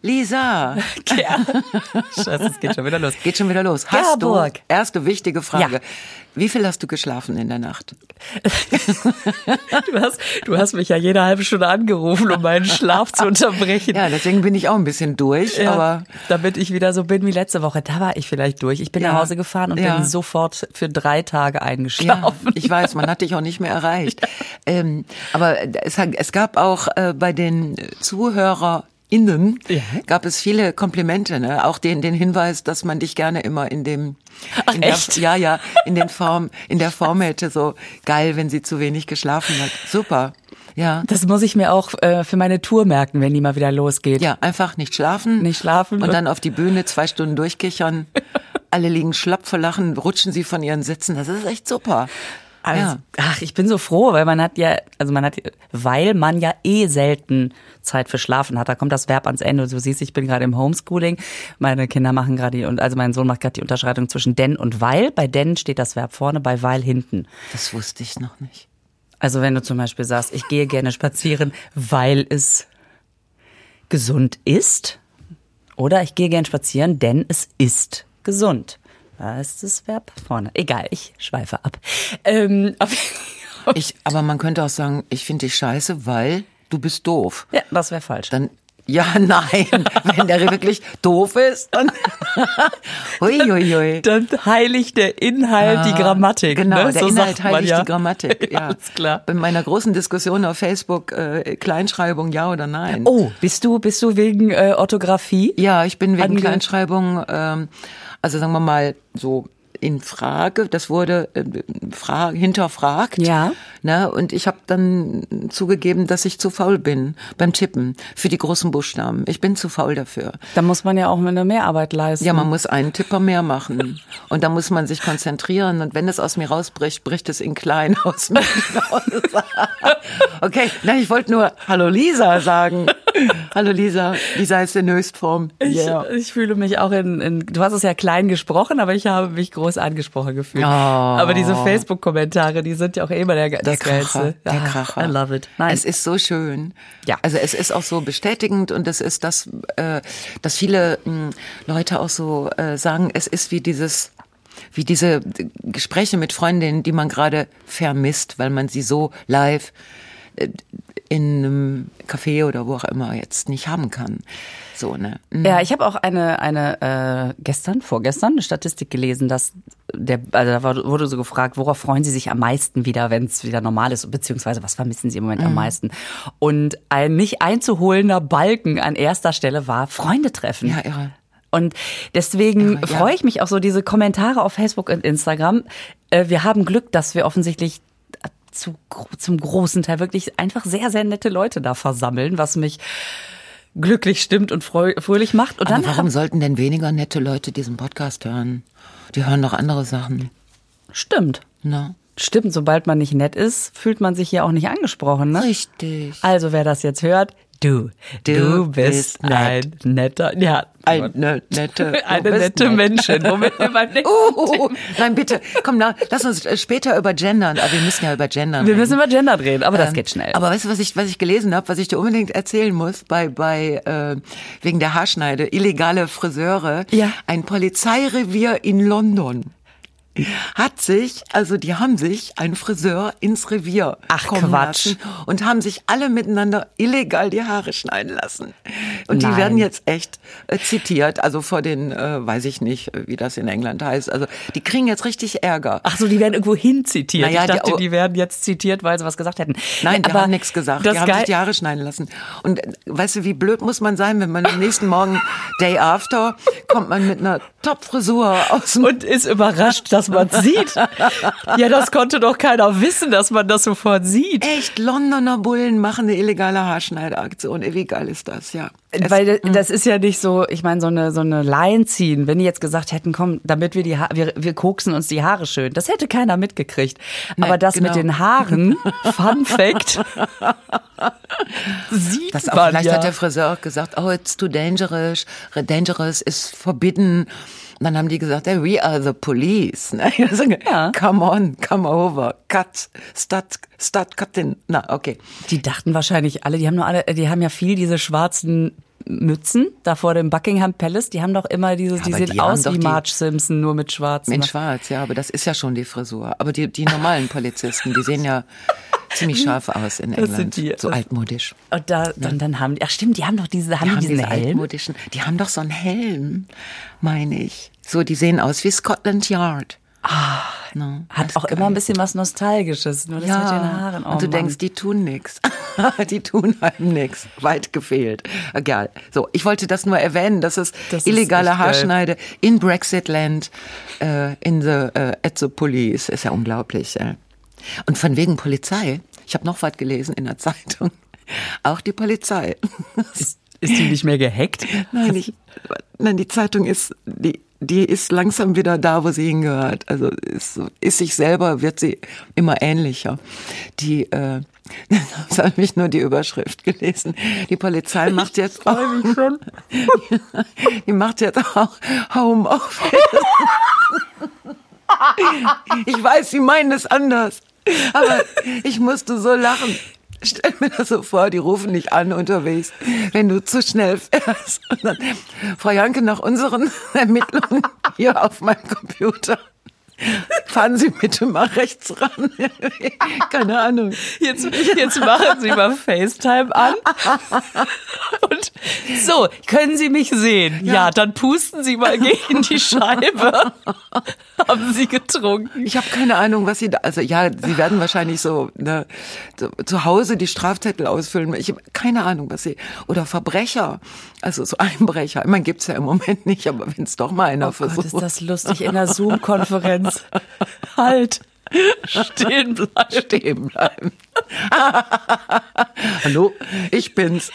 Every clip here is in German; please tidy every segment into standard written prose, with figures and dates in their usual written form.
Lisa. Scheiße, es geht schon wieder los. Geht schon wieder los. Hast du, erste wichtige Frage. Wie viel hast du geschlafen in der Nacht? Du hast mich ja jede halbe Stunde angerufen, um meinen Schlaf zu unterbrechen. Ja, deswegen bin ich auch ein bisschen durch. Ja, aber damit ich wieder so bin wie letzte Woche. Da war ich vielleicht durch. Ich bin nach Hause gefahren und bin sofort für 3 Tage eingeschlafen. Ja, ich weiß, man hat dich auch nicht mehr erreicht. Aber es gab auch bei den ZuhörerInnen gab es viele Komplimente, ne? Auch den Hinweis, dass man dich gerne immer in der Form hätte, so geil, wenn sie zu wenig geschlafen hat. Super. Ja. Das muss ich mir auch für meine Tour merken, wenn die mal wieder losgeht. Ja, einfach nicht schlafen. Und dann auf die Bühne 2 Stunden durchkichern. Alle liegen schlapp vor Lachen, rutschen sie von ihren Sitzen. Das ist echt super. Also, ich bin so froh, weil man ja selten Zeit für Schlafen hat. Da kommt das Verb ans Ende. Du siehst, ich bin gerade im Homeschooling. Meine Kinder machen also mein Sohn macht gerade die Unterscheidung zwischen denn und weil. Bei denn steht das Verb vorne, bei weil hinten. Das wusste ich noch nicht. Also wenn du zum Beispiel sagst, ich gehe gerne spazieren, weil es gesund ist. Oder ich gehe gerne spazieren, denn es ist gesund. Da ist das Verb vorne. Egal, ich schweife ab. Aber man könnte auch sagen, ich finde dich scheiße, weil du bist doof. Ja, das wäre falsch. Dann, nein. Wenn der wirklich doof ist, dann Uiuiui. Dann heiligt der Inhalt die Grammatik. Genau, ne? der So Inhalt sagt man heiligt die Grammatik. Ja, ist klar. Bei meiner großen Diskussion auf Facebook, Kleinschreibung, ja oder nein. Oh, bist du wegen Orthographie? Ja, ich bin wegen Kleinschreibung, also sagen wir mal so in Frage, das wurde hinterfragt. Ja. Ne? Und ich habe dann zugegeben, dass ich zu faul bin beim Tippen für die großen Buchstaben. Ich bin zu faul dafür. Da muss man ja auch eine Mehrarbeit leisten. Ja, man muss einen Tipper mehr machen. Und da muss man sich konzentrieren. Und wenn es aus mir rausbricht, bricht es in klein aus mir raus. Okay, nein, ich wollte nur Hallo Lisa sagen. Hallo Lisa. Lisa ist in Höchstform. Yeah. Ich fühle mich auch du hast es ja klein gesprochen, aber ich habe mich groß angesprochen gefühlt. Oh. Aber diese Facebook-Kommentare, die sind ja auch immer der Kracher. Der Kracher. I love it. Nein. Es ist so schön. Ja. Also es ist auch so bestätigend und es ist das, dass viele Leute auch so sagen, es ist wie diese Gespräche mit Freundinnen, die man gerade vermisst, weil man sie so live in einem Café oder wo auch immer jetzt nicht haben kann. So, ne? Ja, ich habe auch vorgestern eine Statistik gelesen, dass da wurde so gefragt, worauf freuen Sie sich am meisten wieder, wenn es wieder normal ist, beziehungsweise was vermissen Sie im Moment am meisten? Und ein nicht einzuholender Balken an erster Stelle war Freunde treffen. Ja, irre. Und deswegen freue ich mich auch so, diese Kommentare auf Facebook und Instagram. Wir haben Glück, dass wir offensichtlich zum großen Teil wirklich einfach sehr, sehr nette Leute da versammeln, was mich glücklich stimmt und fröhlich macht. Und aber warum sollten denn weniger nette Leute diesen Podcast hören? Die hören doch andere Sachen. Stimmt. Na? Stimmt, sobald man nicht nett ist, fühlt man sich hier auch nicht angesprochen, ne? Richtig. Also wer das jetzt hört, du bist ein netter, eine nette Menschin, womit wir beim nächsten Nein, bitte, komm, lass uns später über Gendern, aber wir müssen ja über Gendern reden. Wir müssen über Gendern reden, aber das geht schnell. Aber weißt du, was ich gelesen habe, was ich dir unbedingt erzählen muss, wegen der Haarschneide, illegale Friseure, ein Polizeirevier in London. Die haben sich einen Friseur ins Revier kommen lassen und haben sich alle miteinander illegal die Haare schneiden lassen. Und die werden jetzt echt zitiert, also vor den, weiß ich nicht, wie das in England heißt, also die kriegen jetzt richtig Ärger. Ach so, die werden irgendwo hin zitiert. Naja, ich dachte, die werden jetzt zitiert, weil sie was gesagt hätten. Nein, die haben nichts gesagt, die haben sich die Haare schneiden lassen. Und weißt du, wie blöd muss man sein, wenn man am nächsten Morgen, Day After, kommt man mit einer Top-Frisur aus und ist überrascht, dass man es sieht. Ja, das konnte doch keiner wissen, dass man das sofort sieht. Echt, Londoner Bullen machen eine illegale Haarschneideaktion. Wie geil ist das, ja. Weil das ist ja nicht so, ich meine, so eine Line ziehen. Wenn die jetzt gesagt hätten, komm, damit wir koksen uns die Haare schön. Das hätte keiner mitgekriegt. Aber das mit den Haaren, Fun Fact, sieht man vielleicht hat der Friseur auch gesagt, oh, it's too dangerous, is forbidden. Und dann haben die gesagt, hey, we are the police. Come on, come over, start cutting. Na, okay. Die dachten wahrscheinlich alle, die haben ja viel diese schwarzen Mützen da vor dem Buckingham Palace, die haben doch immer dieses, die sehen aus wie Marge Simpson, nur mit schwarz. In schwarz, ja, aber das ist ja schon die Frisur. Aber die normalen Polizisten, die sehen ja ziemlich scharf aus in England. So altmodisch. Und dann haben die, ach stimmt, die haben doch diesen Helm. Altmodischen, die haben doch so einen Helm, meine ich. So, die sehen aus wie Scotland Yard. Hat auch immer ein bisschen was Nostalgisches, nur das mit den Haaren. Und du denkst, die tun nix. Die tun einem nix. Weit gefehlt. Egal. So, ich wollte das nur erwähnen, dass es illegale Haarschneide in Brexitland, at the police, ist ja unglaublich. Und von wegen Polizei, ich habe noch was gelesen in der Zeitung, auch die Polizei. Ist die nicht mehr gehackt? Nein, die Zeitung die ist langsam wieder da, wo sie hingehört. Also ist sich selber, wird sie immer ähnlicher. Das habe ich nur die Überschrift gelesen. Die Polizei macht jetzt die macht jetzt auch Homeoffice. Ich weiß, sie meinen es anders. Aber ich musste so lachen. Stell mir das so vor, die rufen dich an unterwegs, wenn du zu schnell fährst. Und dann, Frau Janke, nach unseren Ermittlungen hier auf meinem Computer, fahren Sie bitte mal rechts ran. Keine Ahnung. Jetzt machen Sie mal FaceTime an. Und so, können Sie mich sehen? Ja, dann pusten Sie mal gegen die Scheibe. Haben Sie getrunken? Ich habe keine Ahnung, was Sie da, also ja, Sie werden wahrscheinlich so zu Hause die Strafzettel ausfüllen. Ich habe keine Ahnung, was Sie, oder Verbrecher, also so Einbrecher. Ich meine, gibt's ja im Moment nicht, aber wenn es doch mal einer versucht. Gott, ist das lustig in der Zoom-Konferenz. Halt. Stehen bleiben. Hallo, ich bin's.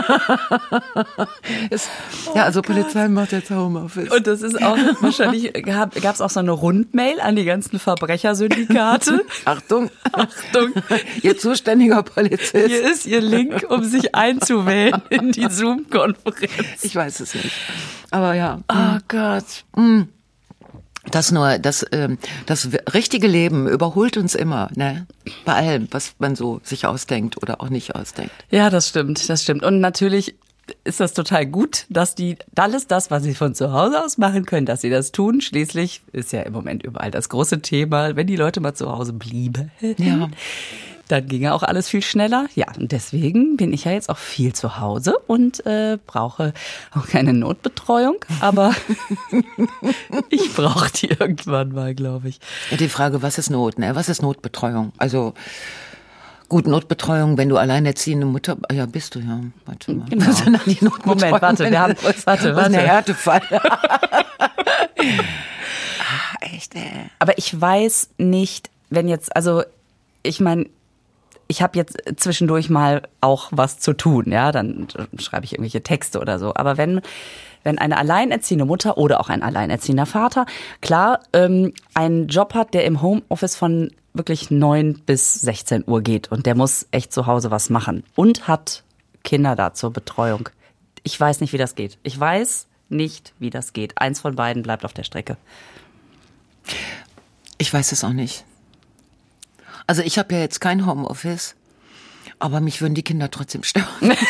Also Polizei macht jetzt Homeoffice. Und das ist auch, wahrscheinlich gab's auch so eine Rundmail an die ganzen Verbrechersyndikate. Achtung. Ihr zuständiger Polizist. Hier ist Ihr Link, um sich einzuwählen in die Zoom-Konferenz. Ich weiß es nicht. Aber ja. Oh Gott. Das richtige Leben überholt uns immer, ne? Bei allem, was man so sich ausdenkt oder auch nicht ausdenkt. Ja, das stimmt. Und natürlich ist das total gut, dass die alles das, was sie von zu Hause aus machen können, dass sie das tun. Schließlich ist ja im Moment überall das große Thema, wenn die Leute mal zu Hause blieben. Ja. Dann ging ja auch alles viel schneller. Ja, und deswegen bin ich ja jetzt auch viel zu Hause und brauche auch keine Notbetreuung. Aber ich brauche die irgendwann mal, glaube ich. Ja, die Frage, was ist Not? Ne? Was ist Notbetreuung? Also gut, Notbetreuung, wenn du alleinerziehende Mutter, ja, bist du ja. Warte mal. Genau. Was ist denn die Notbetreuung? Moment, warte, wir haben, warte. Eine Härtefall. Echt, ey. Aber ich weiß nicht, wenn jetzt, also ich meine, ich habe jetzt zwischendurch mal auch was zu tun, ja, dann schreibe ich irgendwelche Texte oder so. Aber wenn eine alleinerziehende Mutter oder auch ein alleinerziehender Vater, klar, einen Job hat, der im Homeoffice von wirklich 9 bis 16 Uhr geht und der muss echt zu Hause was machen und hat Kinder da zur Betreuung. Ich weiß nicht, wie das geht. Eins von beiden bleibt auf der Strecke. Ich weiß es auch nicht. Also ich habe ja jetzt kein Homeoffice, aber mich würden die Kinder trotzdem stören.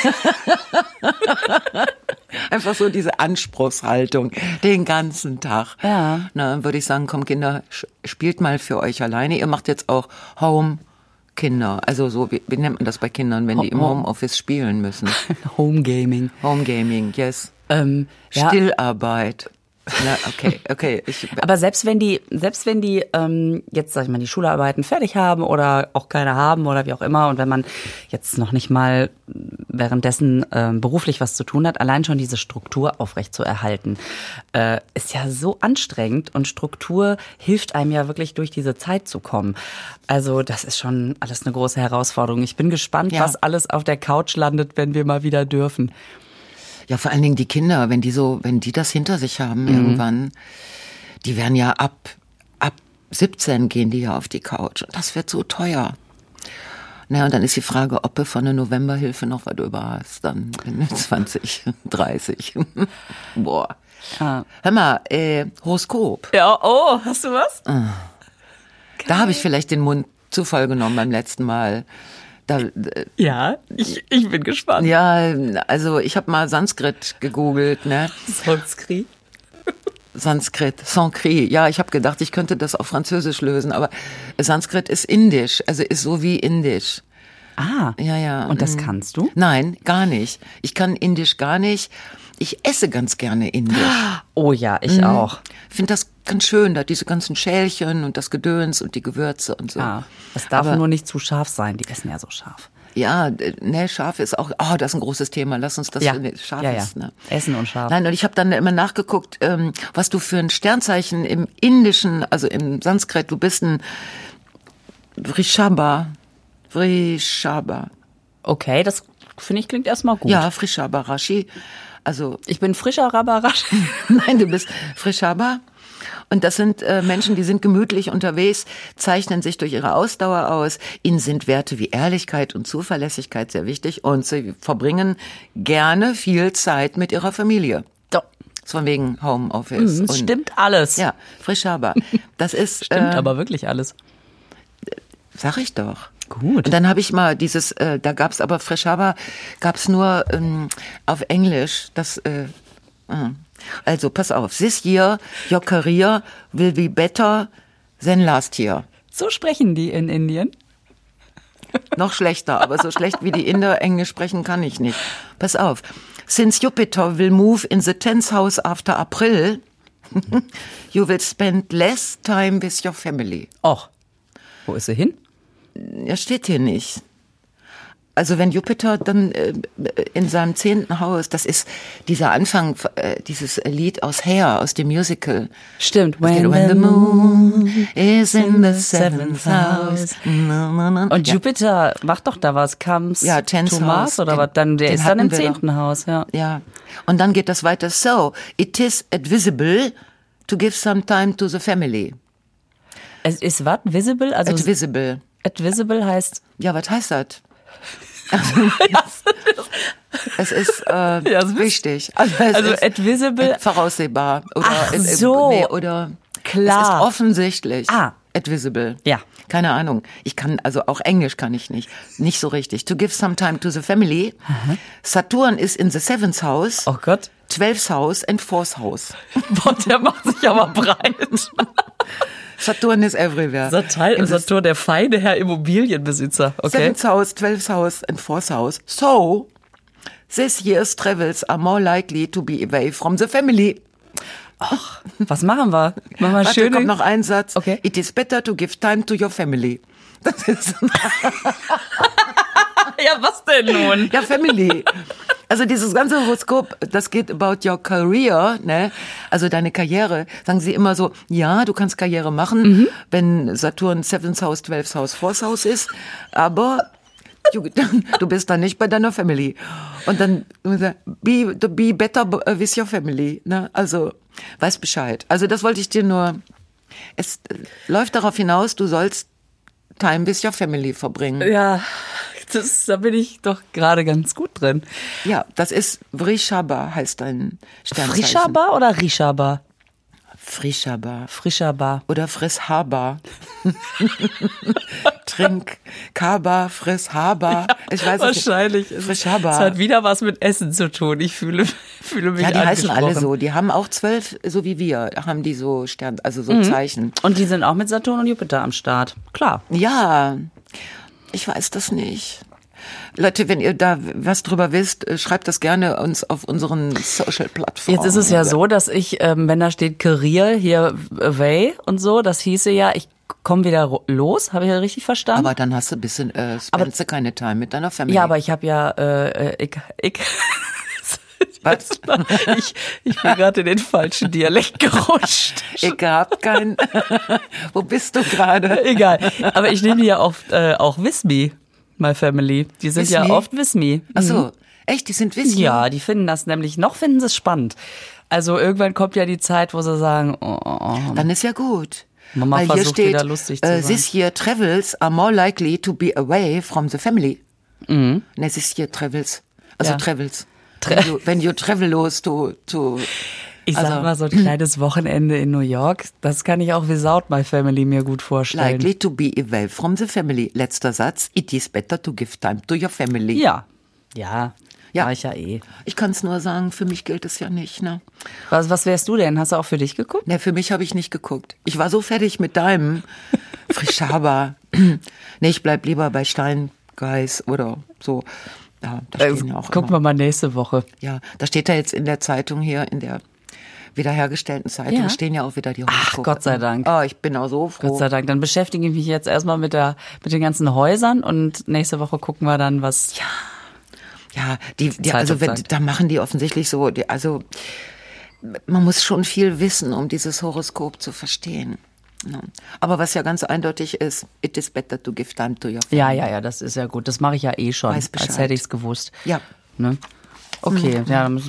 Einfach so diese Anspruchshaltung den ganzen Tag. Ja. Na, würde ich sagen, komm Kinder, spielt mal für euch alleine. Ihr macht jetzt auch Home-Kinder. Also so, wie nennt man das bei Kindern, wenn die im Homeoffice spielen müssen? Homegaming. Homegaming, yes. Ja. Stillarbeit. Na, okay. Aber selbst wenn die jetzt, sag ich mal, die Schularbeiten fertig haben oder auch keine haben oder wie auch immer und wenn man jetzt noch nicht mal währenddessen beruflich was zu tun hat, allein schon diese Struktur aufrechtzuerhalten, ist ja so anstrengend und Struktur hilft einem ja wirklich durch diese Zeit zu kommen. Also das ist schon alles eine große Herausforderung. Ich bin gespannt, was alles auf der Couch landet, wenn wir mal wieder dürfen. Ja, vor allen Dingen die Kinder, wenn die das hinter sich haben irgendwann, die werden ja ab 17 gehen die ja auf die Couch und das wird so teuer. Na, und dann ist die Frage, ob du von der Novemberhilfe noch was über hast, dann in 20, 30. Boah. Ja. Hör mal, Horoskop. Ja, oh, hast du was? Da habe ich vielleicht den Mund zu voll genommen beim letzten Mal. Ja, ich bin gespannt. Ja, also ich habe mal Sanskrit gegoogelt, ne? Sanskrit. Ja, ich habe gedacht, ich könnte das auf Französisch lösen, aber Sanskrit ist Indisch, also ist so wie Indisch. Ah, ja. Und das kannst du? Nein, gar nicht. Ich kann Indisch gar nicht. Ich esse ganz gerne Indisch. Oh ja, ich auch. Ich finde das ganz schön, da diese ganzen Schälchen und das Gedöns und die Gewürze und so. Ah, es darf nur nicht zu scharf sein, die essen ja so scharf. Ja, ne, scharf ist auch, das ist ein großes Thema. Lass uns das scharf ist. Ne? Essen und scharf. Nein, und ich habe dann immer nachgeguckt, was du für ein Sternzeichen im Indischen, also im Sanskrit, du bist ein Vrishaba. Okay, das finde ich klingt erstmal gut. Ja, Vrishaba Rashi. Also ich bin frischer Rabarasch. Nein, du bist Vrishaba. Und das sind Menschen, die sind gemütlich unterwegs, zeichnen sich durch ihre Ausdauer aus. Ihnen sind Werte wie Ehrlichkeit und Zuverlässigkeit sehr wichtig und sie verbringen gerne viel Zeit mit ihrer Familie. So. Von wegen Homeoffice. Das stimmt alles. Ja, Vrishaba. Das ist stimmt aber wirklich alles. Sag ich doch. Gut. Und dann habe ich mal dieses, da gab's aber Vrishaba, gab's nur auf Englisch. Also pass auf, this year your career will be better than last year. So sprechen die in Indien? Noch schlechter, aber so schlecht wie die Inder Englisch sprechen kann ich nicht. Pass auf, since Jupiter will move in the 10th house after April, you will spend less time with your family. Och, wo ist sie hin? Ja, steht hier nicht. Also wenn Jupiter dann in seinem 10. Haus, das ist dieser Anfang, dieses Lied aus Hair, aus dem Musical. Stimmt. When the moon is in the 7th house. Und Jupiter macht doch da was, comes ja, to Mars oder was? Dann, der ist dann im 10. Haus, ja. Ja. Und dann geht das weiter. So, it is advisable to give some time to the family. Es ist was? Visible? Also advisable. Advisable heißt? Ja, was heißt das? Es ist wichtig. Also advisable. Voraussehbar. Oder Ach so. Oder klar. Es ist offensichtlich. Ah. Advisable. Ja. Keine Ahnung. Ich kann, also auch Englisch kann ich nicht. Nicht so richtig. To give some time to the family. Mhm. Saturn ist in the 7th house. Oh Gott. 12th house and 4th house. Boah, der macht sich aber breit. Saturn is everywhere. Saturn, der feine Herr Immobilienbesitzer. Okay. 7th house, 12th house and 4th house. So, this year's travels are more likely to be away from the family. Ach, was machen wir? Machen wir Warte, schön. Kommt noch ein Satz. Okay. It is better to give time to your family. Das ist ja, was denn nun? Ja, Family. Also dieses ganze Horoskop, das geht about your career, ne? Also deine Karriere. Sagen sie immer so, ja, du kannst Karriere machen, wenn Saturn 7th House, 12th House, 4th House ist, aber du bist dann nicht bei deiner Family. Und dann be better with your family, ne? Also, weiß Bescheid. Also das wollte ich dir nur, es läuft darauf hinaus, du sollst Time with your family verbringen. Ja, da bin ich doch gerade ganz gut drin. Ja, das ist Vrishaba, heißt dein Sternzeichen. Vrishaba oder Rishaba? Frischaba. Oder Frishaba. Trink, Kaba, Frishaba. Ich weiß wahrscheinlich. Nicht. Frischaba. Es hat wieder was mit Essen zu tun. Ich fühle mich ja, die heißen angesprochen. alle so. Die haben auch 12, so wie wir, haben die so Stern, also so Zeichen. Und die sind auch mit Saturn und Jupiter am Start. Klar. Ja, ich weiß das nicht. Leute, wenn ihr da was drüber wisst, schreibt das gerne uns auf unseren Social-Plattformen. Jetzt ist es ja so, dass ich, wenn da steht Career, hier away und so, das hieße ja, ich komme wieder los, habe ich ja richtig verstanden? Aber dann hast du ein bisschen, spendest du keine Time mit deiner Family. Ja, aber ich habe ja, Was? Ich bin gerade in den falschen Dialekt gerutscht. Ich hab keinen. Wo bist du gerade? Egal. Aber ich nehme ja oft auch With Me, My Family. Die sind ja oft With Me. Ach so. Echt? Die sind With Me? Ja, die finden das nämlich, noch finden sie es spannend. Also irgendwann kommt ja die Zeit, wo sie sagen, Dann ist ja gut. Mama weil versucht hier steht, wieder lustig zu sein. This year travels are more likely to be away from the family. Ne, this year travels. Also Ja. travels. When you travel to Ich sag mal, so ein kleines Wochenende in New York, das kann ich auch without my family mir gut vorstellen. Likely to be away from the family. Letzter Satz. It is better to give time to your family. Ja, war ich ja eh. Ich kann es nur sagen, für mich gilt es ja nicht. Ne? Was wärst du denn? Hast du auch für dich geguckt? Ne, für mich habe ich nicht geguckt. Ich war so fertig mit deinem Frischhaber. Nee, ich bleib lieber bei Steingeis oder so. Ja, da stehen ja auch gucken wir mal nächste Woche. Ja, da steht ja jetzt in der Zeitung hier, in der wiederhergestellten Zeitung, stehen ja auch wieder die Horoskope. Ach, Gott sei Dank. Oh, ich bin auch so froh. Gott sei Dank. Dann beschäftige ich mich jetzt erstmal mit den ganzen Häusern und nächste Woche gucken wir dann, was... Ja, also da machen die offensichtlich so, also man muss schon viel wissen, um dieses Horoskop zu verstehen. Ja. Aber was ja ganz eindeutig ist, it is better to give time to your family. Ja, das ist ja gut. Das mache ich ja eh schon, als hätte ich es gewusst. Ja. Ne? Okay,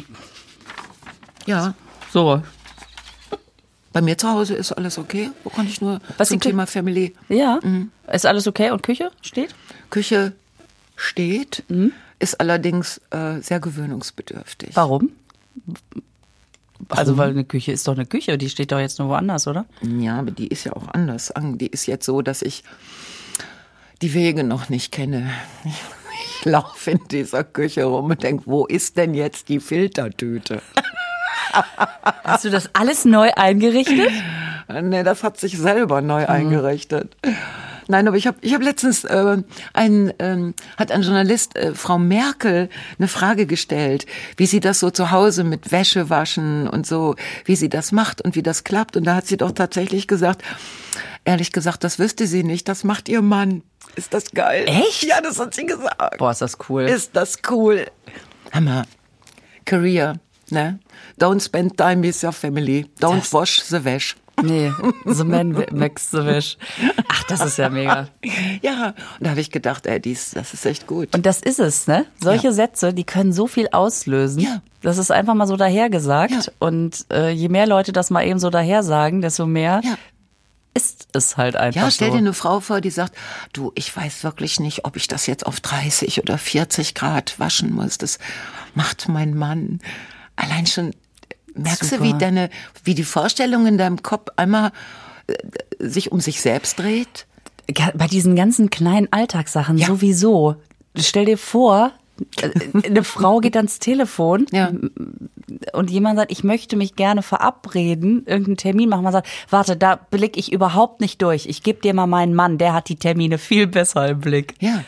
Ja. So. Bei mir zu Hause ist alles okay. Wo kann ich nur zum Thema Family? Ja. Ist alles okay und Küche steht? Küche steht, ist allerdings sehr gewöhnungsbedürftig. Warum? Also, weil eine Küche ist doch eine Küche, die steht doch jetzt nur woanders, oder? Ja, aber die ist ja auch anders. Die ist jetzt so, dass ich die Wege noch nicht kenne. Ich laufe in dieser Küche rum und denke, wo ist denn jetzt die Filtertüte? Hast du das alles neu eingerichtet? Nee, das hat sich selber neu eingerichtet. Nein, aber ich hab letztens hat ein Journalist Frau Merkel eine Frage gestellt, wie sie das so zu Hause mit Wäsche waschen und so, wie sie das macht und wie das klappt. Und da hat sie doch tatsächlich gesagt, ehrlich gesagt, das wüsste sie nicht, das macht ihr Mann. Ist das geil? Echt? Ja, das hat sie gesagt. Boah, ist das cool. Ist das cool. Hammer. Career, ne? Don't spend time with your family. Don't wash the wash. Nee, the man makes the wish. Ach, das ist ja mega. Ja, und da habe ich gedacht, das ist echt gut. Und das ist es, ne? Solche Sätze, die können so viel auslösen. Ja. Das ist einfach mal so dahergesagt. Ja. Und je mehr Leute das mal eben so daher sagen, desto mehr ist es halt einfach so. Ja, stell dir eine Frau vor, die sagt, du, ich weiß wirklich nicht, ob ich das jetzt auf 30 oder 40 Grad waschen muss. Das macht mein Mann. Allein schon... Merkst Super. du, wie die Vorstellung in deinem Kopf einmal sich um sich selbst dreht? Bei diesen ganzen kleinen Alltagssachen sowieso. Stell dir vor, eine Frau geht ans Telefon und jemand sagt, ich möchte mich gerne verabreden, irgendeinen Termin machen. Man sagt, warte, da blick ich überhaupt nicht durch. Ich gebe dir mal meinen Mann, der hat die Termine viel besser im Blick. Ja.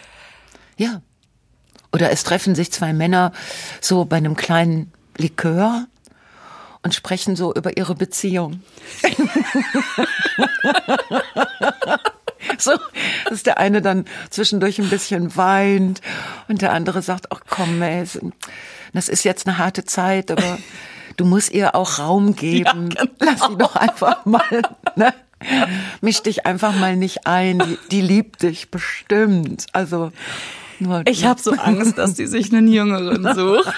Oder es treffen sich zwei Männer so bei einem kleinen Likör und sprechen so über ihre Beziehung. So, dass der eine dann zwischendurch ein bisschen weint und der andere sagt, ach komm, das ist jetzt eine harte Zeit, aber du musst ihr auch Raum geben. Ja, genau. Lass sie doch einfach mal, ne? Misch dich einfach mal nicht ein, die liebt dich bestimmt. Also ich habe so Angst, dass die sich einen Jüngeren sucht.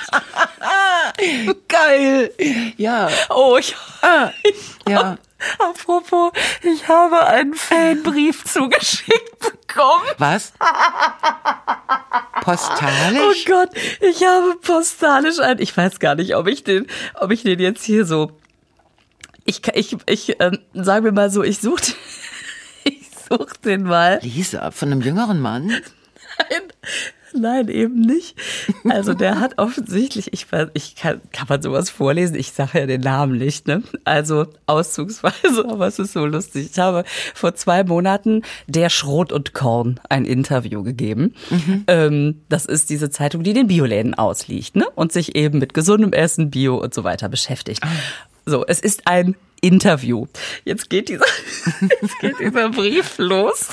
Geil. Ja. Oh, ja. Apropos, ich habe einen Fanbrief zugeschickt bekommen. Was? Postalisch? Oh Gott, ich habe postalisch ich weiß gar nicht, ob ich den jetzt hier so, ich sage mir mal so, ich such den mal. Lisa, von einem jüngeren Mann? Nein, eben nicht. Also der hat offensichtlich, kann man sowas vorlesen? Ich sage ja den Namen nicht, ne? Also auszugsweise, aber es ist so lustig. Ich habe vor 2 Monaten der Schrot und Korn ein Interview gegeben. Das ist diese Zeitung, die den Bioläden ausliegt, ne? Und sich eben mit gesundem Essen, Bio und so weiter beschäftigt. So, es ist ein Interview. Jetzt geht dieser Brief los.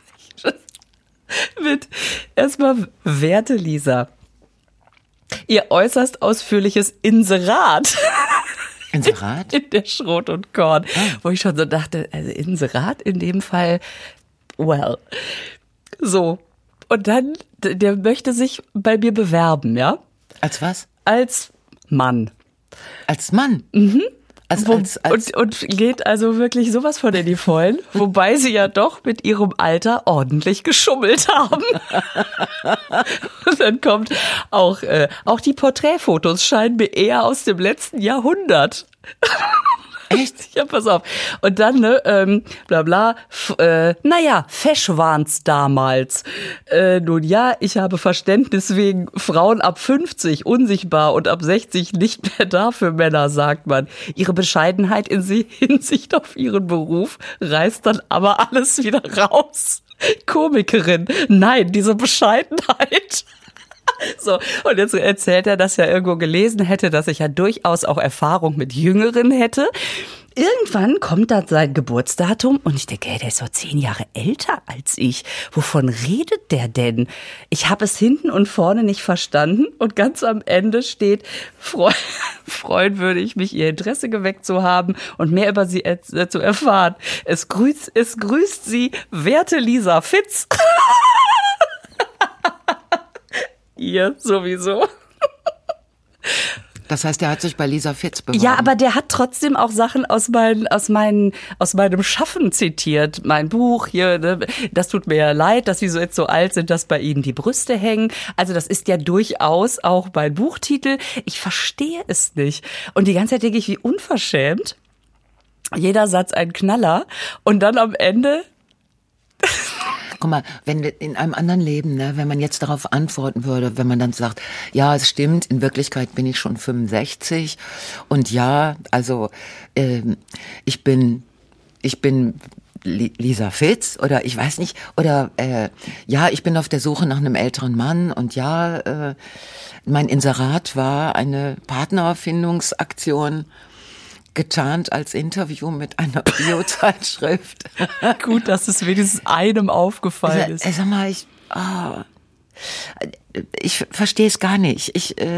Mit erstmal, werte Lisa, ihr äußerst ausführliches Inserat. Inserat? In der Schrot und Korn. Wo ich schon so dachte, also Inserat in dem Fall, well. So. Und dann, der möchte sich bei mir bewerben, ja? Als was? Als Mann. Als Mann? Und geht also wirklich sowas von in die Vollen, wobei sie ja doch mit ihrem Alter ordentlich geschummelt haben. Und dann kommt auch die Porträtfotos scheinen mir eher aus dem letzten Jahrhundert. Echt? Ja, pass auf. Und dann, bla bla, fesch waren's damals. Nun ja, ich habe Verständnis wegen Frauen ab 50 unsichtbar und ab 60 nicht mehr da für Männer, sagt man. Ihre Bescheidenheit in Hinsicht auf ihren Beruf reißt dann aber alles wieder raus. Komikerin, nein, diese Bescheidenheit. So, und jetzt erzählt er, dass er irgendwo gelesen hätte, dass ich ja durchaus auch Erfahrung mit Jüngeren hätte. Irgendwann kommt dann sein Geburtsdatum und ich denke, der ist so 10 Jahre älter als ich. Wovon redet der denn? Ich habe es hinten und vorne nicht verstanden und ganz am Ende steht, freuen würde ich mich, ihr Interesse geweckt zu haben und mehr über sie zu erfahren. Es grüßt sie, werte Lisa Fitz. Ihr sowieso. Das heißt, er hat sich bei Lisa Fitz beworben. Ja, aber der hat trotzdem auch Sachen aus meinem Schaffen zitiert. Mein Buch hier, ne? Das tut mir ja leid, dass sie so jetzt so alt sind, dass bei ihnen die Brüste hängen. Also das ist ja durchaus auch mein Buchtitel. Ich verstehe es nicht. Und die ganze Zeit denke ich, wie unverschämt. Jeder Satz ein Knaller. Und dann am Ende... Guck mal, wenn in einem anderen Leben, ne, wenn man jetzt darauf antworten würde, wenn man dann sagt, ja, es stimmt, in Wirklichkeit bin ich schon 65 und ja, also ich bin Lisa Fitz oder ich weiß nicht, oder ja, ich bin auf der Suche nach einem älteren Mann und ja, mein Inserat war eine Partnerfindungsaktion, getarnt als Interview mit einer Bio-Zeitschrift. Gut, dass es wenigstens einem aufgefallen ist. Sag mal, ich verstehe es gar nicht.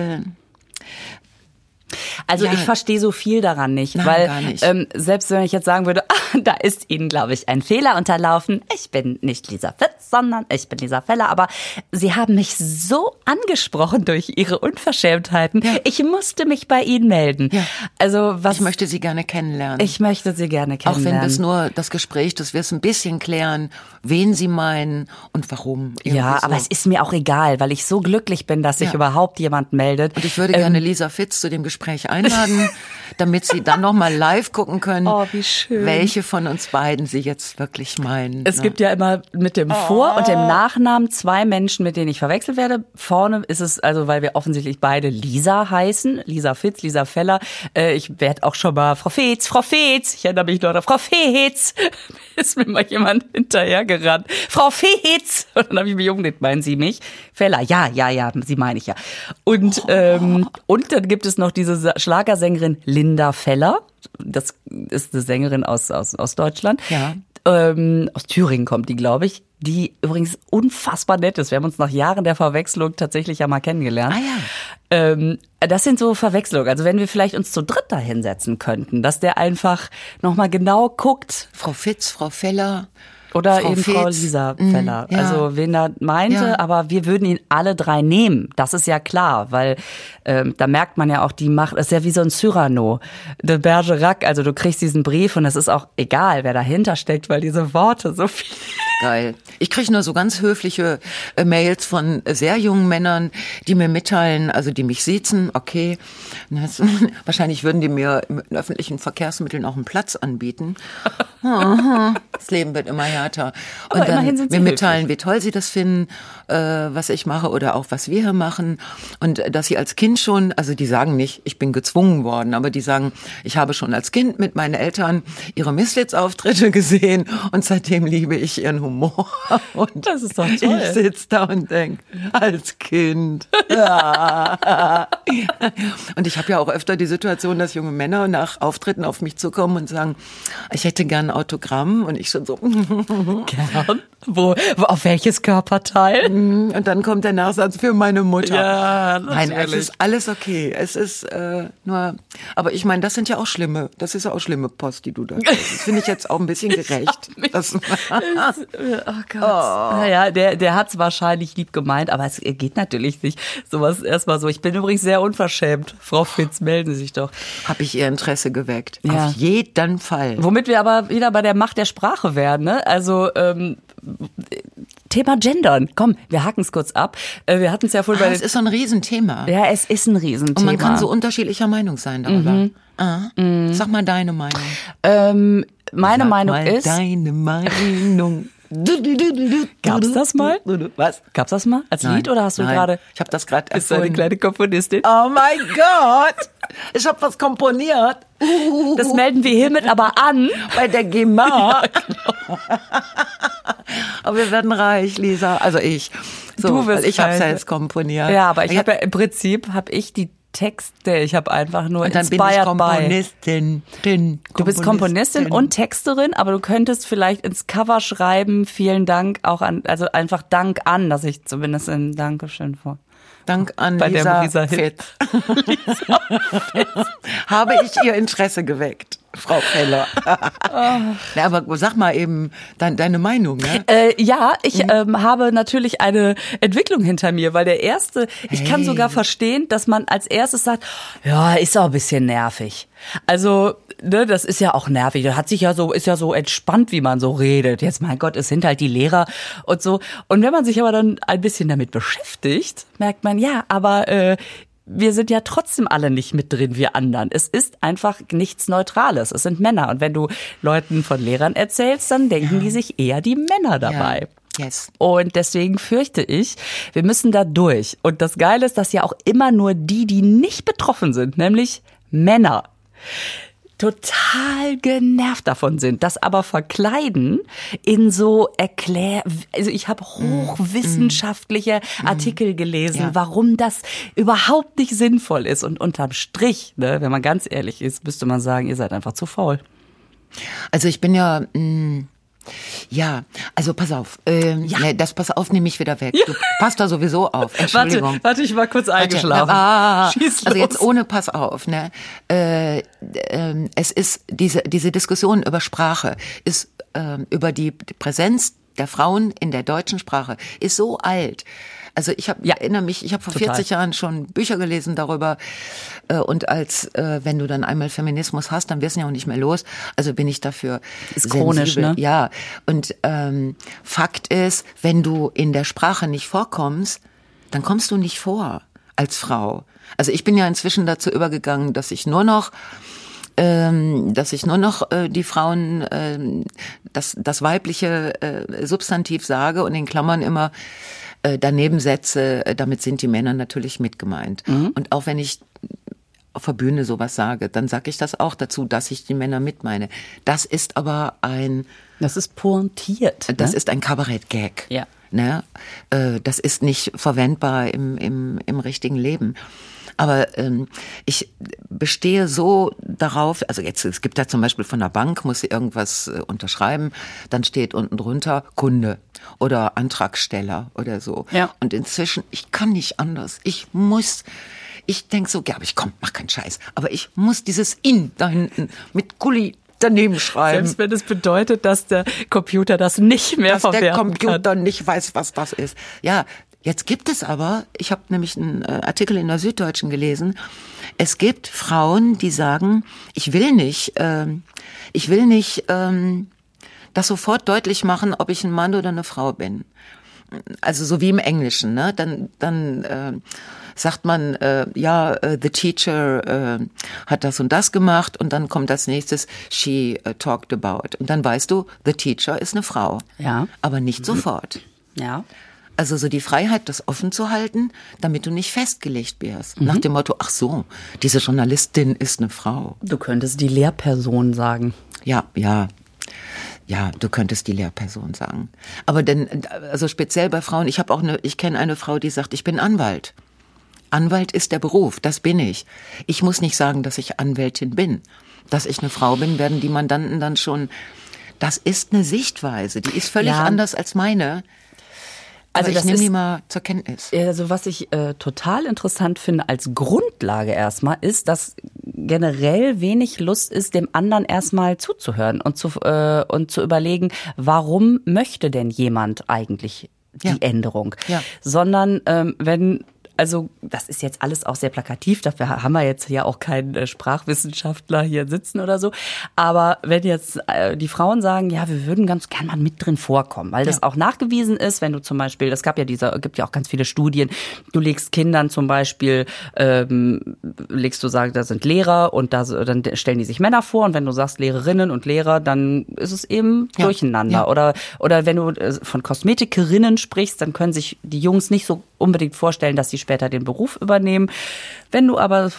Also ich verstehe so viel daran nicht, nein, weil gar nicht. Selbst wenn ich jetzt sagen würde, da ist Ihnen, glaube ich, ein Fehler unterlaufen. Ich bin nicht Lisa Fitz, sondern ich bin Lisa Feller. Aber Sie haben mich so angesprochen durch Ihre Unverschämtheiten. Ja. Ich musste mich bei Ihnen melden. Ja. Also ich möchte Sie gerne kennenlernen. Ich möchte Sie gerne kennenlernen. Auch wenn das nur das Gespräch, dass wir es ein bisschen klären, wen Sie meinen und warum. Ja, so. Aber es ist mir auch egal, weil ich so glücklich bin, dass sich überhaupt jemand meldet. Und ich würde gerne Lisa Fitz zu dem Gespräch einladen, damit Sie dann nochmal live gucken können, wie schön. Welche von uns beiden Sie jetzt wirklich meinen. Es gibt ja immer mit dem Vor- und dem Nachnamen 2 Menschen, mit denen ich verwechselt werde. Vorne ist es, also weil wir offensichtlich beide Lisa heißen, Lisa Fitz, Lisa Feller. Ich werde auch schon mal Frau Fitz. Ich erinnere mich noch an Frau Fitz. Ist mir mal jemand hinterhergerannt. Frau Fitz. Und dann habe ich mich umgedreht, meinen Sie mich? Feller, ja, Sie meine ich ja. Und dann gibt es noch diese Schlagersängerin Linda Feller. Das ist eine Sängerin aus Deutschland. Ja. Aus Thüringen kommt die, glaube ich. Die übrigens unfassbar nett ist. Wir haben uns nach Jahren der Verwechslung tatsächlich ja mal kennengelernt. Ah ja. Das sind so Verwechslungen. Also wenn wir vielleicht uns zu dritt da hinsetzen könnten, dass der einfach nochmal genau guckt. Frau Fitz, Frau Feller. Oder Frau eben Fitz. Frau Lisa Feller. Ja. Also wen er meinte, aber wir würden ihn alle 3 nehmen. Das ist ja klar, weil da merkt man ja auch, die macht, das ist ja wie so ein Cyrano de Bergerac. Also du kriegst diesen Brief und es ist auch egal, wer dahinter steckt, weil diese Worte so viel... Geil. Ich kriege nur so ganz höfliche Mails von sehr jungen Männern, die mir mitteilen, also die mich siezen, okay. Wahrscheinlich würden die mir mit öffentlichen Verkehrsmitteln auch einen Platz anbieten. Das Leben wird immer härter. Und aber dann sind mir mitteilen, höflich. wie toll sie das finden, was ich mache oder auch was wir hier machen. Und dass sie als Kind schon, also die sagen nicht, ich bin gezwungen worden, aber die sagen, ich habe schon als Kind mit meinen Eltern ihre Misslitz-Auftritte gesehen und seitdem liebe ich ihren Humor. Und das ist doch toll. Ich sitze da und denke, als Kind. Ja. Und ich habe ja auch öfter die Situation, dass junge Männer nach Auftritten auf mich zukommen und sagen, ich hätte gern ein Autogramm. Und ich schon so. Gern? Wo, auf welches Körperteil? Und dann kommt der Nachsatz für meine Mutter. Ja, nein, es ist alles okay. Es ist nur, aber ich meine, das ist ja auch schlimme Post, die du da kriegst. Das finde ich jetzt auch ein bisschen gerecht. Oh Gott. Naja, der hat's wahrscheinlich lieb gemeint, aber es geht natürlich nicht. Sowas erstmal so. Ich bin übrigens sehr unverschämt. Frau Fitz, melden Sie sich doch. Habe ich Ihr Interesse geweckt? Ja. Auf jeden Fall. Womit wir aber wieder bei der Macht der Sprache werden, ne? Also, Thema Gendern. Komm, wir haken es kurz ab. Wir hatten es ja vorhin bei Es ist so ein Riesenthema. Ja, es ist ein Riesenthema. Und man kann so unterschiedlicher Meinung sein darüber. Sag mal deine Meinung. Meine Sag Meinung mal ist... deine Meinung. Gab's das mal? Was? Gab's das mal als Lied oder hast du Nein. gerade... Ich habe das gerade Bist du eine erfunden. kleine Komponistin? Oh mein Gott! Ich habe was komponiert. Das melden wir hiermit aber an. Bei der GEMA. Aber wir werden reich, Lisa. Also ich. So, Du wirst weil ich habe reich. selbst komponiert. Ja, aber ich habe ja im Prinzip die Texte. Ich habe einfach nur und dann bin ich inspired by. Komponistin. Du bist Komponistin und Texterin, aber du könntest vielleicht ins Cover schreiben, vielen Dank auch an, also einfach Dank an, dass ich zumindest ein Dankeschön vor. Dank an Bei der Lisa Lisa Fitz. Habe ich Ihr Interesse geweckt, Frau Feller. Na, aber sag mal eben deine Meinung. Ne? Ja, ich habe natürlich eine Entwicklung hinter mir, weil ich kann sogar verstehen, dass man als erstes sagt, ja, ist auch ein bisschen nervig. Also, ne, das ist ja auch nervig. Das ist ja so entspannt, wie man so redet. Jetzt, mein Gott, es sind halt die Lehrer und so. Und wenn man sich aber dann ein bisschen damit beschäftigt, merkt man, ja, aber wir sind ja trotzdem alle nicht mit drin, wir anderen. Es ist einfach nichts Neutrales. Es sind Männer. Und wenn du Leuten von Lehrern erzählst, dann denken die sich eher die Männer dabei. Ja. Yes. Und deswegen fürchte ich, wir müssen da durch. Und das Geile ist, dass ja auch immer nur die nicht betroffen sind, nämlich Männer, total genervt davon sind, das aber verkleiden in so also ich habe hochwissenschaftliche Artikel gelesen, warum das überhaupt nicht sinnvoll ist und unterm Strich, ne, wenn man ganz ehrlich ist, müsste man sagen, ihr seid einfach zu faul. Also ich bin ja... also pass auf. Nee, das pass auf, nehme ich wieder weg. Du passt da sowieso auf. Entschuldigung. Warte, ich war kurz eingeschlafen. Schieß los. Also jetzt ohne Pass auf. Ne? Es ist diese Diskussion über Sprache, ist über die Präsenz der Frauen in der deutschen Sprache, ist so alt. Also ich erinnere mich, ich habe vor 40 Jahren schon Bücher gelesen darüber und wenn du dann einmal Feminismus hast, dann wirst du ja auch nicht mehr los. Also bin ich dafür ist chronisch, sensibel. Ne? Ja, und Fakt ist, wenn du in der Sprache nicht vorkommst, dann kommst du nicht vor als Frau. Also ich bin ja inzwischen dazu übergegangen, dass ich nur noch die Frauen das weibliche Substantiv sage und in Klammern immer daneben setze, damit sind die Männer natürlich mit gemeint. Und auch wenn ich auf der Bühne sowas sage, dann sage ich das auch dazu, dass ich die Männer mit meine. Das ist aber das ist pointiert. Das ne? ist ein Kabarett-Gag. Ja. Ne? Das ist nicht verwendbar im richtigen Leben. Aber ich bestehe so darauf, also jetzt, es gibt ja zum Beispiel von der Bank, muss sie irgendwas unterschreiben, dann steht unten drunter Kunde oder Antragsteller oder so. Ja. Und inzwischen, ich kann nicht anders. Ich denke so, ja, aber mach keinen Scheiß. Aber ich muss dieses In da hinten mit Kuli daneben schreiben. Selbst wenn es bedeutet, dass der Computer das nicht mehr verwerten kann. Dass der Computer nicht weiß, was das ist. Ja, jetzt gibt es aber, ich habe nämlich einen Artikel in der Süddeutschen gelesen, es gibt Frauen, die sagen, ich will nicht das sofort deutlich machen, ob ich ein Mann oder eine Frau bin. Also so wie im Englischen, ne? Dann sagt man, the teacher hat das und das gemacht und dann kommt als nächstes, she talked about. Und dann weißt du, the teacher ist eine Frau. Ja. Aber nicht sofort. Ja. Also so die Freiheit, das offen zu halten, damit du nicht festgelegt wirst. Nach dem Motto, ach so, diese Journalistin ist eine Frau. Du könntest die Lehrperson sagen. Ja, du könntest die Lehrperson sagen. Aber also speziell bei Frauen, ich kenne eine Frau, die sagt, ich bin Anwalt. Anwalt ist der Beruf, das bin ich. Ich muss nicht sagen, dass ich Anwältin bin. Dass ich eine Frau bin, werden die Mandanten dann schon, das ist eine Sichtweise, die ist völlig anders als meine. Also das ich nehme ist, die mal zur Kenntnis. also was ich total interessant finde als Grundlage erstmal, ist, dass generell wenig Lust ist, dem anderen erstmal zuzuhören und zu überlegen, warum möchte denn jemand eigentlich die Änderung? Ja. Sondern also das ist jetzt alles auch sehr plakativ, dafür haben wir jetzt hier auch keinen Sprachwissenschaftler hier sitzen oder so. Aber wenn jetzt die Frauen sagen, ja, wir würden ganz gern mal mit drin vorkommen, weil das auch nachgewiesen ist, wenn du zum Beispiel, gibt ja auch ganz viele Studien, du legst Kindern zum Beispiel, da sind Lehrer und dann stellen die sich Männer vor und wenn du sagst Lehrerinnen und Lehrer, dann ist es eben durcheinander. Ja. Oder wenn du von Kosmetikerinnen sprichst, dann können sich die Jungs nicht so unbedingt vorstellen, dass sie später den Beruf übernehmen. Wenn du aber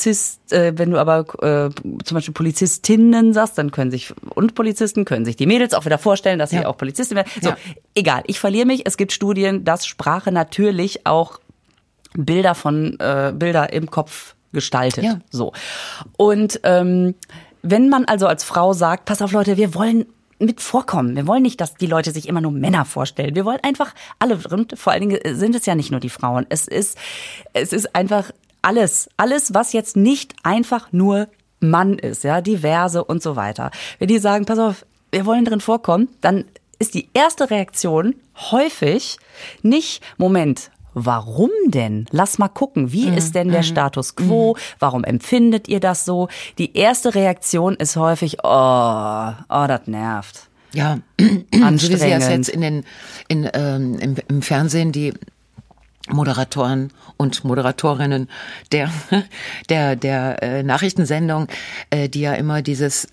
zum Beispiel Polizistinnen sagst, dann Polizisten können sich die Mädels auch wieder vorstellen, dass sie auch Polizistin werden. So, egal, ich verliere mich. Es gibt Studien, dass Sprache natürlich auch Bilder im Kopf gestaltet. Ja. So. Und wenn man also als Frau sagt, pass auf Leute, wir wollen mit vorkommen. Wir wollen nicht, dass die Leute sich immer nur Männer vorstellen. Wir wollen einfach alle, und vor allen Dingen sind es ja nicht nur die Frauen. Es ist einfach alles, was jetzt nicht einfach nur Mann ist, ja, diverse und so weiter. Wenn die sagen, pass auf, wir wollen drin vorkommen, dann ist die erste Reaktion häufig nicht, Moment, warum denn? Lass mal gucken, wie ist denn der Status quo? Warum empfindet ihr das so? Die erste Reaktion ist häufig, oh, das nervt. Ja, anstrengend. So wie sie das jetzt im Fernsehen die Moderatoren und Moderatorinnen der Nachrichtensendung, die ja immer dieses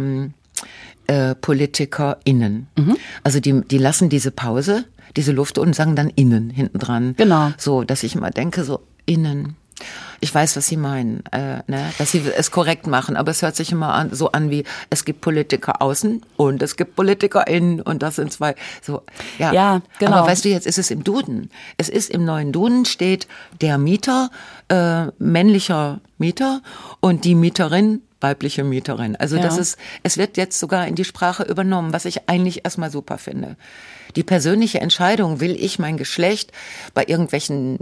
PolitikerInnen. Also die lassen diese Pause, diese Luft und sagen dann innen hinten dran. Genau. So, dass ich immer denke, so innen. Ich weiß, was Sie meinen, dass Sie es korrekt machen, aber es hört sich immer so an wie, es gibt Politiker außen und es gibt Politiker innen und das sind zwei, so, ja. Ja, genau. Aber weißt du, jetzt ist es im Duden. Es ist im neuen Duden steht der Mieter, männlicher Mieter und die Mieterin, weibliche Mieterin. Also es wird jetzt sogar in die Sprache übernommen, was ich eigentlich erstmal super finde. Die persönliche Entscheidung, will ich mein Geschlecht bei irgendwelchen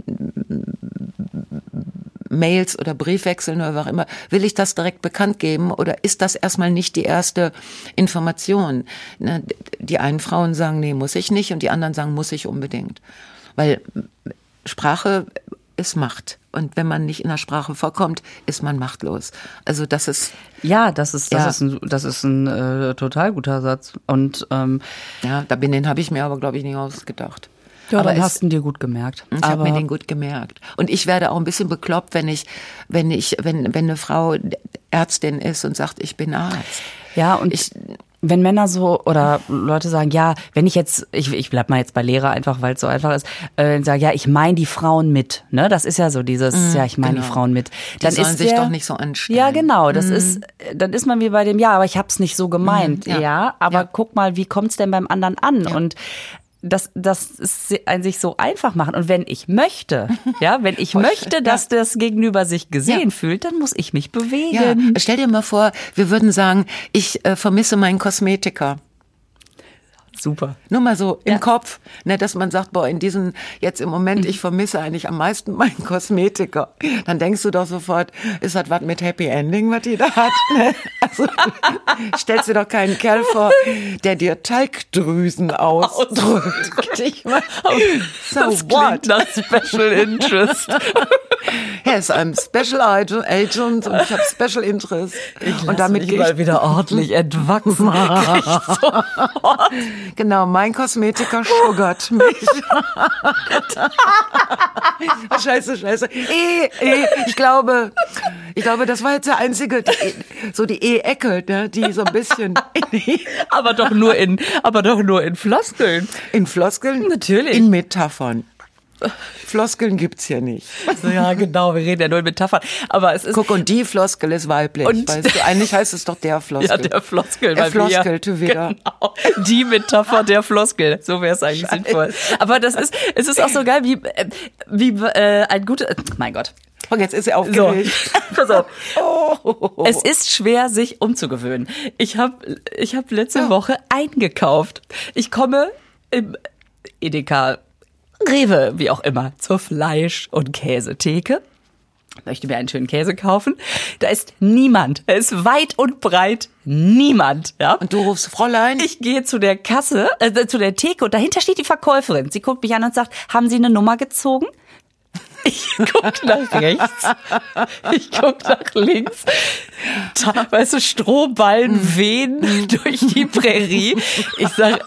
Mails oder Briefwechseln oder was auch immer, will ich das direkt bekannt geben oder ist das erstmal nicht die erste Information? Die einen Frauen sagen, nee, muss ich nicht und die anderen sagen, muss ich unbedingt. Weil Sprache ist Macht. Und wenn man nicht in der Sprache vorkommt, ist man machtlos. Also das ist... Ja, das ist ein total guter Satz. Und den habe ich mir aber, glaube ich, nicht ausgedacht. Ja, aber hast du dir gut gemerkt. Ich habe mir den gut gemerkt. Und ich werde auch ein bisschen bekloppt, wenn eine Frau Ärztin ist und sagt, ich bin Arzt. Ja, und wenn Männer so oder Leute sagen, ja, wenn ich bleib mal jetzt bei Lehrer einfach, weil es so einfach ist, sagen, ja, ich meine die Frauen mit, ne? Das ist ja so dieses, ich meine die Frauen mit. Dann die sollen sich doch nicht so anstellen. Ja, genau, dann ist man wie bei dem, aber ich hab's nicht so gemeint. Aber guck mal, wie kommt's denn beim anderen an? Ja. Und das ist ein sich so einfach machen. Und wenn ich möchte, dass das Gegenüber sich gesehen fühlt, dann muss ich mich bewegen. Ja. Stell dir mal vor, wir würden sagen, ich vermisse meinen Kosmetiker. Super. Nur mal so im Kopf, ne, dass man sagt, boah, jetzt im Moment, ich vermisse eigentlich am meisten meinen Kosmetiker. Dann denkst du doch sofort, ist das was mit Happy Ending, was die da hat? Also, stellst dir doch keinen Kerl vor, der dir Talgdrüsen ausdrückt. Ich meine, so das klingt nach Special Interest. Yes, I'm Special Agent und ich habe Special Interest. Und damit gehe ich mal wieder ordentlich entwachsen. Genau, mein Kosmetiker sugert mich. Scheiße. Ich glaube, das war jetzt der einzige, die E-Ecke, ne, die so ein bisschen. aber doch nur in Floskeln. In Floskeln? Natürlich. In Metaphern. Floskeln gibt's hier nicht. Also ja, genau, wir reden ja nur in Metaphern. Aber es ist. Guck, und die Floskel ist weiblich. Und weißt du, eigentlich heißt es doch der Floskel. Ja, der Floskel. Er floskelte wieder. Genau. Die Metapher der Floskel. So wäre es eigentlich sinnvoll. Aber es ist auch so geil, wie ein guter. Mein Gott. Und jetzt ist er aufgeregt. So. Pass auf. Es ist schwer, sich umzugewöhnen. Ich hab letzte Woche eingekauft. Ich komme im Edeka Rewe, wie auch immer, zur Fleisch- und Käsetheke. Möchte mir einen schönen Käse kaufen. Da ist niemand. Da ist weit und breit niemand. Ja? Und du rufst Fräulein? Ich gehe zu der Kasse, zu der Theke und dahinter steht die Verkäuferin. Sie guckt mich an und sagt, haben Sie eine Nummer gezogen? Ich guck nach rechts, ich guck nach links. Weißt du, Strohballen wehen durch die Prärie. Ich sag,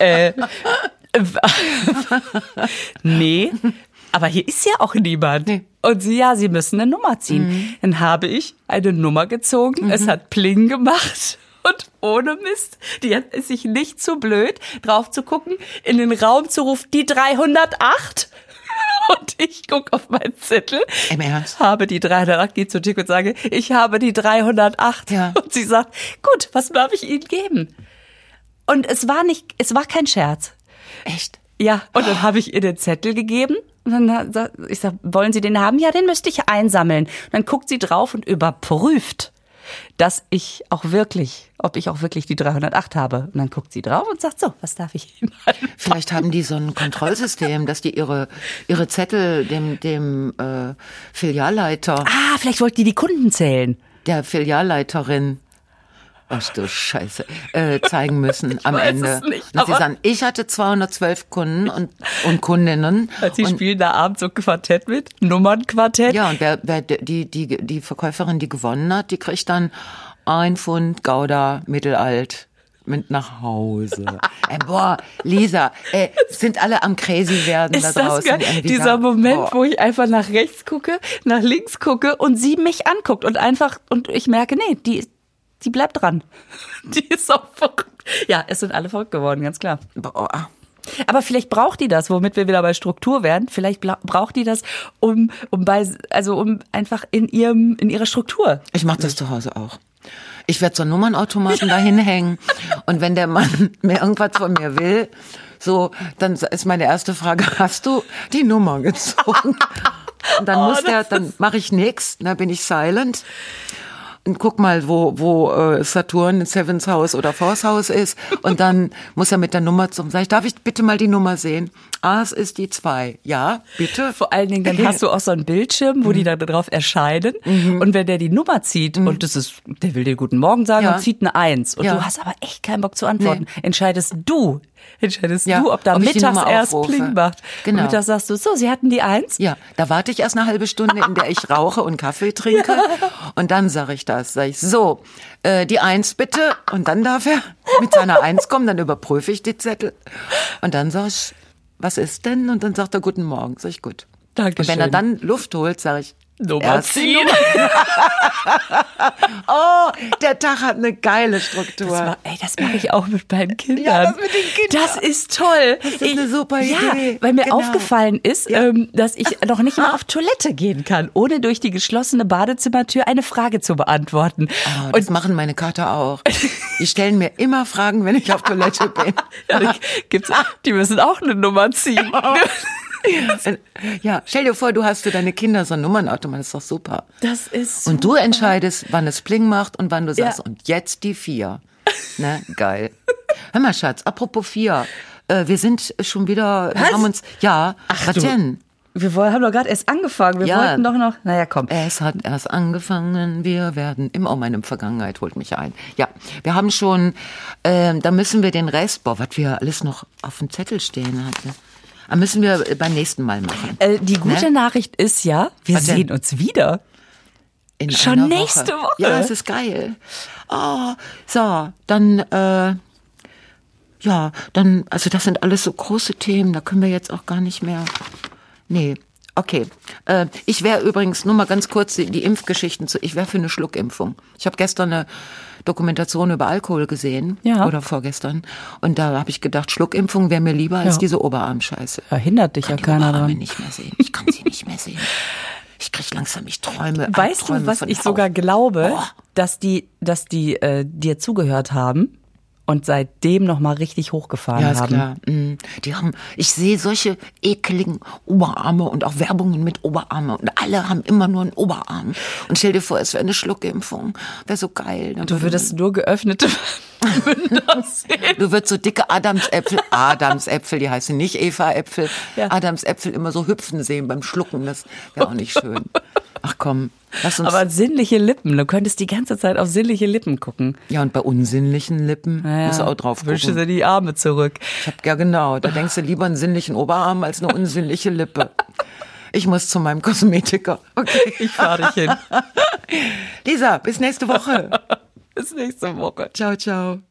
nee, aber hier ist ja auch niemand. Nee. Und sie, ja, Sie müssen eine Nummer ziehen. Dann habe ich eine Nummer gezogen, es hat Pling gemacht. Und ohne Mist, die ist sich nicht zu blöd, drauf zu gucken, in den Raum zu rufen, die 308. Und ich gucke auf meinen Zettel, im Ernst? Habe die 308, gehe zur Theke und sage, ich habe die 308. Ja. Und sie sagt, gut, was darf ich Ihnen geben? Und es war kein Scherz. Echt? Ja, und dann habe ich ihr den Zettel gegeben. Und dann ich sag, wollen Sie den haben? Ja, den müsste ich einsammeln. Und dann guckt sie drauf und überprüft, ob ich auch wirklich die 308 habe. Und dann guckt sie drauf und sagt, so, was darf ich Ihnen anfangen? Vielleicht haben die so ein Kontrollsystem, dass die ihre Zettel dem Filialleiter. Vielleicht wollten die Kunden zählen. Der Filialleiterin. Ach du Scheiße, zeigen müssen am Ende. Und sie sagen, ich hatte 212 Kunden und Kundinnen. Sie spielen da abends so Quartett mit, Nummernquartett. Ja, und wer die Verkäuferin, die gewonnen hat, die kriegt dann 1 Pfund Gouda mittelalt mit nach Hause. Boah, Lisa, sind alle am crazy werden ist da draußen. Das geil? Dieser Moment, wo ich einfach nach rechts gucke, nach links gucke und sie mich anguckt und ich merke, nee, die bleibt dran. Die ist auch verrückt. Ja, es sind alle verrückt geworden, ganz klar. Boah. Aber vielleicht braucht die das, womit wir wieder bei Struktur werden. Vielleicht braucht die das, um einfach in ihrer Struktur. Ich mache das zu Hause auch. Ich werde so einen Nummernautomaten dahin hängen. Und wenn der Mann mir irgendwas von mir will, so, dann ist meine erste Frage, hast du die Nummer gezogen? Und dann dann mache ich nichts, dann bin ich silent. Und guck mal, wo Saturn, Sevens Haus oder Fourth Haus ist. Und dann muss er mit der Nummer sag ich, darf ich bitte mal die Nummer sehen? Es ist die 2. Ja, bitte. Vor allen Dingen, dann hast du auch so einen Bildschirm, wo die da drauf erscheinen. Und wenn der die Nummer zieht und der will dir guten Morgen sagen und zieht eine 1. Und du hast aber echt keinen Bock zu antworten. Nee. Entscheidest du, ob da mittags erst Pling macht. Genau. Und mittags sagst du, so, Sie hatten die 1? Ja, da warte ich erst eine halbe Stunde, in der ich rauche und Kaffee trinke. Und dann sage ich so, die 1 bitte. Und dann darf er mit seiner 1 kommen, dann überprüfe ich die Zettel. Und dann sage ich, was ist denn? Und dann sagt er, guten Morgen. Sag ich, gut. Dankeschön. Und wenn er dann Luft holt, sage ich, Nummer ziehen. Oh, der Tag hat eine geile Struktur. Das mache ich auch mit meinen Kindern. Ja, das mit den Kindern. Das ist toll. Das ist eine super Idee. Ja, weil mir aufgefallen ist, dass ich noch nicht mal auf Toilette gehen kann, ohne durch die geschlossene Badezimmertür eine Frage zu beantworten. Oh, das machen meine Kater auch. Die stellen mir immer Fragen, wenn ich auf Toilette bin. Die müssen auch eine Nummer ziehen. Ja, stell dir vor, du hast für deine Kinder so einen Nummernautomat, das ist doch super. Das ist super. Und du entscheidest, wann es Pling macht und wann du sagst, und jetzt die 4. Ne, geil. Hör mal, Schatz, apropos 4, wir sind schon wieder, wir haben uns, was denn? Wir haben doch gerade erst angefangen, wir wollten doch noch, naja, komm. Es hat erst angefangen, wir werden, meine Vergangenheit holt mich ein. Ja, wir haben schon, da müssen wir den Rest, was wir alles noch auf dem Zettel stehen hatten. Müssen wir beim nächsten Mal machen. Die gute Nachricht ist wir sehen uns wieder. Schon nächste Woche. Ja, es ist geil. Oh, so, dann, also das sind alles so große Themen, da können wir jetzt auch gar nicht mehr. Nee, okay. Ich wäre übrigens, nur mal ganz kurz die Impfgeschichten ich wäre für eine Schluckimpfung. Ich habe gestern eine Dokumentation über Alkohol gesehen, oder vorgestern, und da habe ich gedacht, Schluckimpfung wäre mir lieber als diese Oberarmscheiße. Hindert dich ja keiner daran. Nicht mehr sehen. Ich kann sie nicht mehr sehen. Ich kriege langsam, ich träume. Weißt du, was ich sogar glaube, dass die dir zugehört haben und seitdem noch mal richtig hochgefahren haben. Ja, ist klar. Ich sehe solche ekeligen Oberarme und auch Werbungen mit Oberarme und alle haben immer nur einen Oberarm. Und stell dir vor, es wäre eine Schluckimpfung. Wäre so geil. Du würdest nur geöffnete Münder sehen. Du würdest so dicke Adamsäpfel, die heißen nicht Eva-Äpfel, Ja. Adamsäpfel immer so hüpfen sehen beim Schlucken, das wäre auch nicht schön. Ach komm, lass uns... Aber sinnliche Lippen, du könntest die ganze Zeit auf sinnliche Lippen gucken. Ja, und bei unsinnlichen Lippen musst du auch drauf gucken. Wünsche dir die Arme zurück. Ja, genau, da denkst du lieber einen sinnlichen Oberarm als eine unsinnliche Lippe. Ich muss zu meinem Kosmetiker. Okay. Ich fahre dich hin. Lisa, bis nächste Woche. Bis nächste Woche. Ciao, ciao.